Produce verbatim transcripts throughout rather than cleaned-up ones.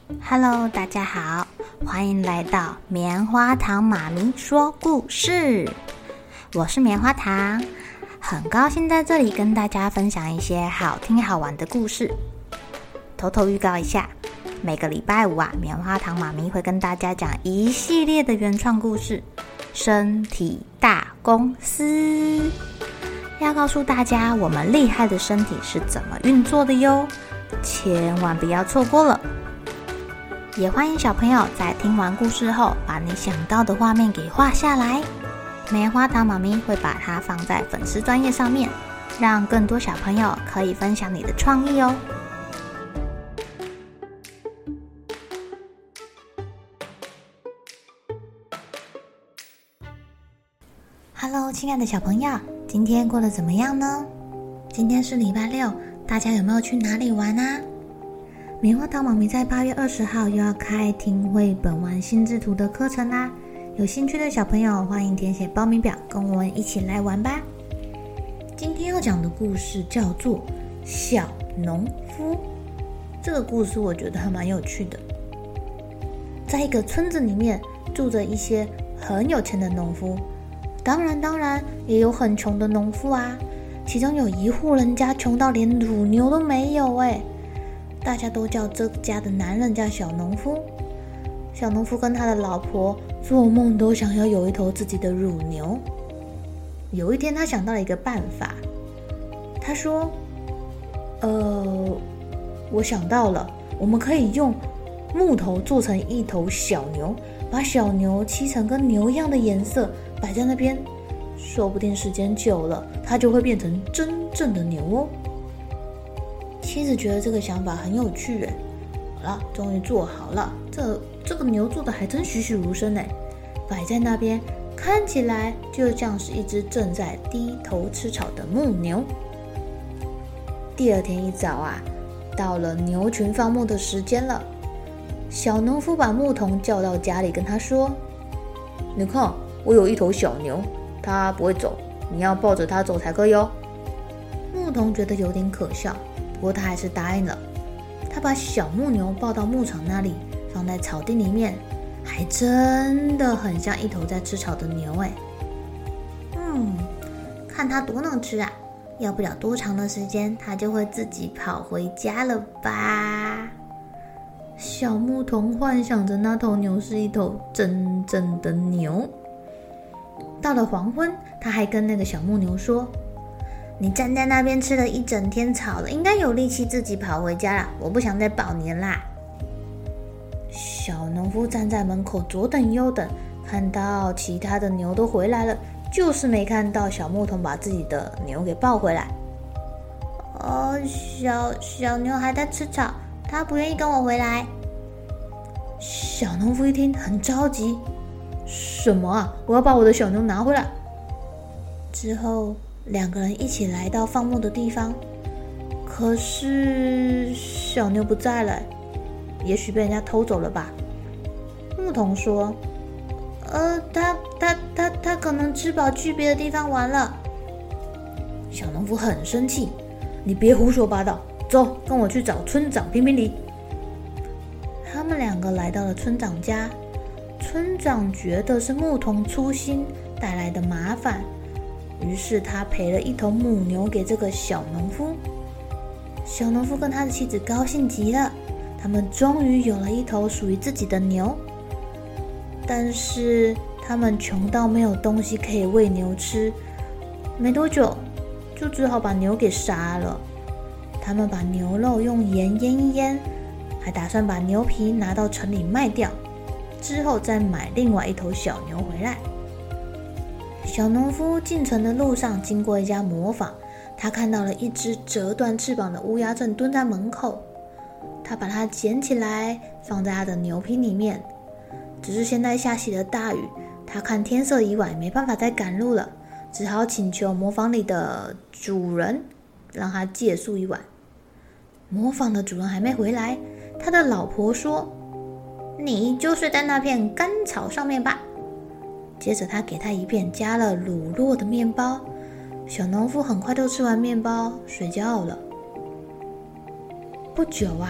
Hello， 大家好，欢迎来到棉花糖妈咪说故事。我是棉花糖，很高兴在这里跟大家分享一些好听好玩的故事。偷偷预告一下，每个礼拜五啊，棉花糖妈咪会跟大家讲一系列的原创故事。身体大公司要告诉大家我们厉害的身体是怎么运作的哟，千万不要错过了。也欢迎小朋友在听完故事后，把你想到的画面给画下来。棉花糖妈咪会把它放在粉丝专页上面，让更多小朋友可以分享你的创意哦。Hello， 亲爱的小朋友，今天过得怎么样呢？今天是礼拜六，大家有没有去哪里玩啊？棉花糖妈咪在八月二十号又要开听绘本玩心智图的课程啦，有兴趣的小朋友欢迎填写报名表，跟我们一起来玩吧。今天要讲的故事叫做《小农夫》，这个故事我觉得还蛮有趣的。在一个村子里面住着一些很有钱的农夫，当然当然也有很穷的农夫啊，其中有一户人家穷到连乳牛都没有耶，大家都叫这家的男人叫小农夫。小农夫跟他的老婆做梦都想要有一头自己的乳牛。有一天他想到了一个办法，他说呃，我想到了，我们可以用木头做成一头小牛，把小牛漆成跟牛一样的颜色摆在那边，说不定时间久了它就会变成真正的牛哦。妻子觉得这个想法很有趣耶，好了，终于做好了，这这个牛做的还真栩栩如生耶，摆在那边看起来就像是一只正在低头吃草的母牛。第二天一早啊，到了牛群放牧的时间了，小农夫把牧童叫到家里，跟他说，你看，我有一头小牛，它不会走，你要抱着它走才可以哦。牧童觉得有点可笑，不过他还是答应了。他把小母牛抱到牧场那里，放在草地里面，还真的很像一头在吃草的牛哎。嗯，看它多能吃啊，要不了多长的时间，它就会自己跑回家了吧。小牧童幻想着那头牛是一头真正的牛。到了黄昏，他还跟那个小牧牛说，你站在那边吃了一整天草了，应该有力气自己跑回家了，我不想再保年啦。小农夫站在门口左等右等，看到其他的牛都回来了，就是没看到小牧童把自己的牛给抱回来。哦，小小牛还在吃草，他不愿意跟我回来。小农夫一听很着急，什么啊，我要把我的小牛拿回来。之后两个人一起来到放牧的地方，可是小牛不在了，也许被人家偷走了吧。牧童说，呃，他他他他可能吃饱去别的地方玩了。小农夫很生气，你别胡说八道，走，跟我去找村长评评理。他们两个来到了村长家，村长觉得是牧童粗心带来的麻烦，于是他赔了一头母牛给这个小农夫。小农夫跟他的妻子高兴极了，他们终于有了一头属于自己的牛。但是他们穷到没有东西可以喂牛吃，没多久就只好把牛给杀了。他们把牛肉用盐腌一腌，还打算把牛皮拿到城里卖掉，之后再买另外一头小牛回来。小农夫进城的路上经过一家磨坊，他看到了一只折断翅膀的乌鸦正蹲在门口，他把它捡起来放在他的牛皮里面。只是现在下起了大雨，他看天色已晚，没办法再赶路了，只好请求磨坊里的主人让他借宿一晚。磨坊的主人还没回来，他的老婆说，你就睡在那片干草上面吧。接着他给他一片加了乳酪的面包，小农夫很快就吃完面包睡觉了。不久啊，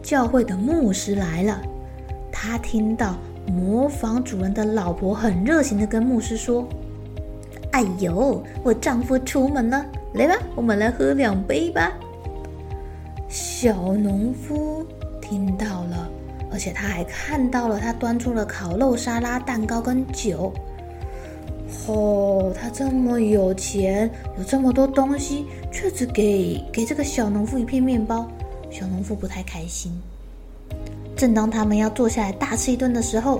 教会的牧师来了。他听到模仿主人的老婆很热情地跟牧师说：哎呦，我丈夫出门了，来吧，我们来喝两杯吧。小农夫听到了，而且他还看到了他端出了烤肉、沙拉、蛋糕跟酒。哦，他这么有钱，有这么多东西，却只给给这个小农夫一片面包，小农夫不太开心。正当他们要坐下来大吃一顿的时候，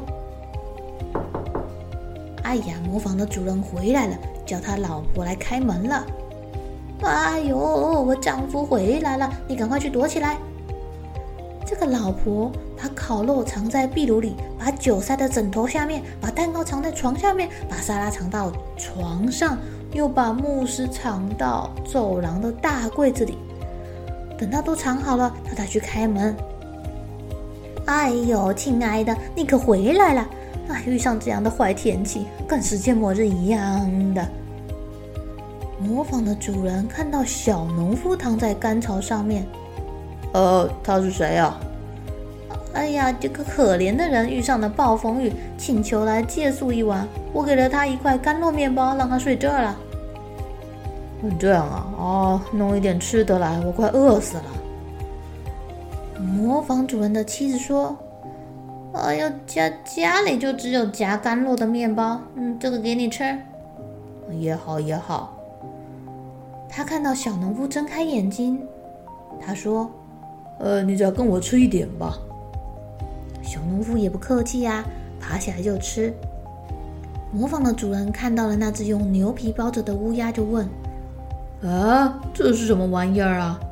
哎呀，磨坊的主人回来了，叫他老婆来开门了。哎呦，我丈夫回来了，你赶快去躲起来。这个老婆把烤肉藏在壁炉里，把酒塞在枕头下面，把蛋糕藏在床下面，把沙拉藏到床上，又把牧师藏到走廊的大柜子里。等到都藏好了，她才去开门。哎呦，亲爱的，你可回来了！哎，遇上这样的坏天气，跟世界末日一样的。磨坊的主人看到小农夫躺在干草上面，呃，他是谁啊？哎呀，这个可怜的人遇上了暴风雨，请求来借宿一晚。我给了他一块干肉面包，让他睡这儿了。这样啊，哦，弄一点吃的来，我快饿死了。磨坊主人的妻子说：哎呦，家家里就只有夹干肉的面包，嗯，这个给你吃。也好也好。他看到小农夫睁开眼睛，他说：呃，你再跟我吃一点吧。小农夫也不客气啊，爬起来就吃。磨坊的主人看到了那只用牛皮包着的乌鸦，就问：啊，这是什么玩意儿啊？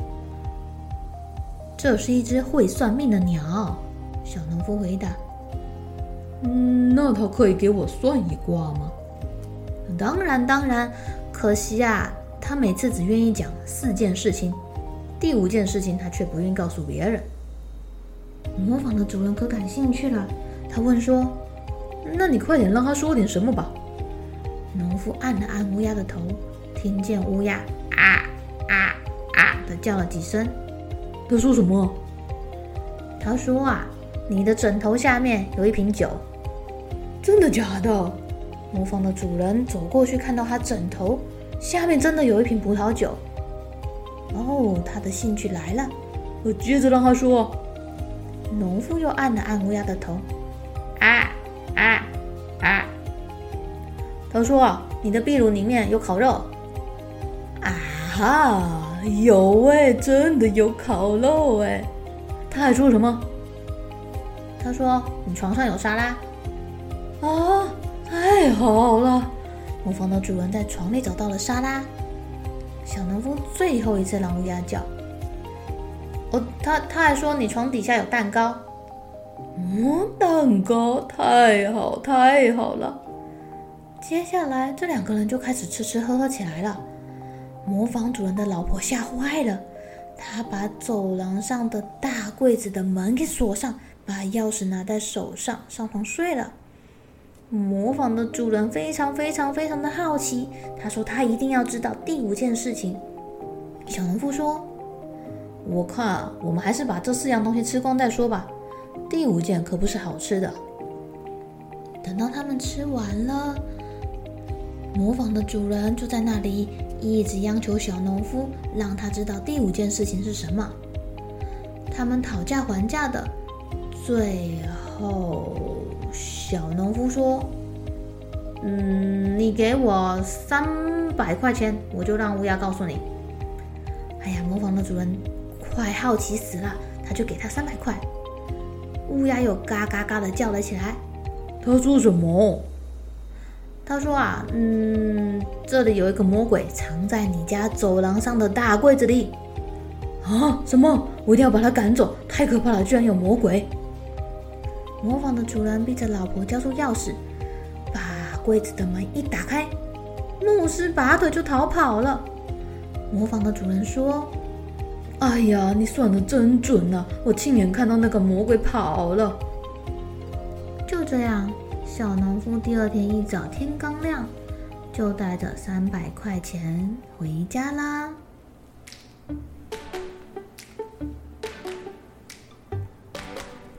这是一只会算命的鸟。小农夫回答：嗯，那他可以给我算一卦吗？当然当然，可惜啊，他每次只愿意讲四件事情，第五件事情他却不愿意告诉别人。磨坊的主人可感兴趣了，他问说：那你快点让他说点什么吧。农夫按了按乌鸦的头，听见乌鸦啊啊啊的叫了几声。他说什么？他说啊，你的枕头下面有一瓶酒。真的假的？磨坊的主人走过去，看到他枕头下面真的有一瓶葡萄酒。哦，他的兴趣来了。我接着让他说。农夫又按了按乌鸦的头，啊啊啊！他说啊，你的壁炉里面有烤肉。啊哈，有哎，真的有烤肉哎。他还说什么？他说你床上有沙拉。啊，太好了！磨坊的主人在床里找到了沙拉。小农夫最后一次让乌鸦叫。哦，他他还说你床底下有蛋糕。嗯，蛋糕，太好太好了。接下来这两个人就开始吃吃喝喝起来了。磨坊主人的老婆吓坏了，她把走廊上的大柜子的门给锁上，把钥匙拿在手上，上床睡了。磨坊的主人非常非常非常的好奇，他说他一定要知道第五件事情。小农夫说：我看啊，我们还是把这四样东西吃光再说吧，第五件可不是好吃的。等到他们吃完了，磨坊的主人就在那里一直央求小农夫，让他知道第五件事情是什么。他们讨价还价的，最后小农夫说：嗯，你给我三百块钱，我就让乌鸦告诉你。哎呀，磨坊的主人快好奇死了，他就给他三百块。乌鸦又嘎嘎嘎的叫了起来。他说什么？他说啊，嗯，这里有一个魔鬼藏在你家走廊上的大柜子里。啊，什么？我一定要把他赶走，太可怕了，居然有魔鬼。磨坊的主人逼着老婆交出钥匙，把柜子的门一打开，牧师拔腿就逃跑了。磨坊的主人说：哎呀，你算得真准啊，我亲眼看到那个魔鬼跑了。就这样，小农夫第二天一早天刚亮，就带着三百块钱回家啦。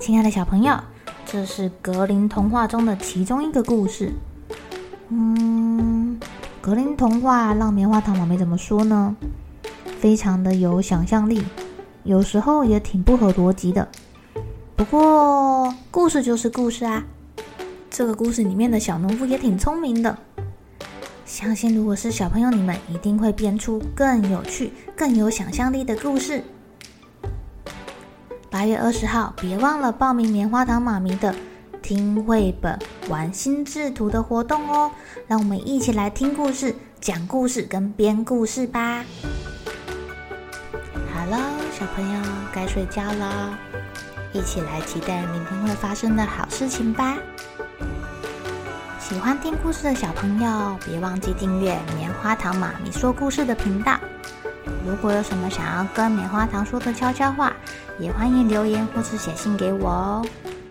亲爱的小朋友，这是格林童话中的其中一个故事。嗯，格林童话让棉花糖妈咪怎么说呢？非常的有想象力，有时候也挺不合逻辑的。不过故事就是故事啊，这个故事里面的小农夫也挺聪明的。相信如果是小朋友，你们一定会编出更有趣、更有想象力的故事。八月二十号，别忘了报名棉花糖妈咪的听绘本、玩心智图的活动哦！让我们一起来听故事、讲故事跟编故事吧。好了，小朋友该睡觉了，一起来期待明天会发生的好事情吧。喜欢听故事的小朋友，别忘记订阅棉花糖妈咪说故事的频道。如果有什么想要跟棉花糖说的悄悄话，也欢迎留言或是写信给我哦。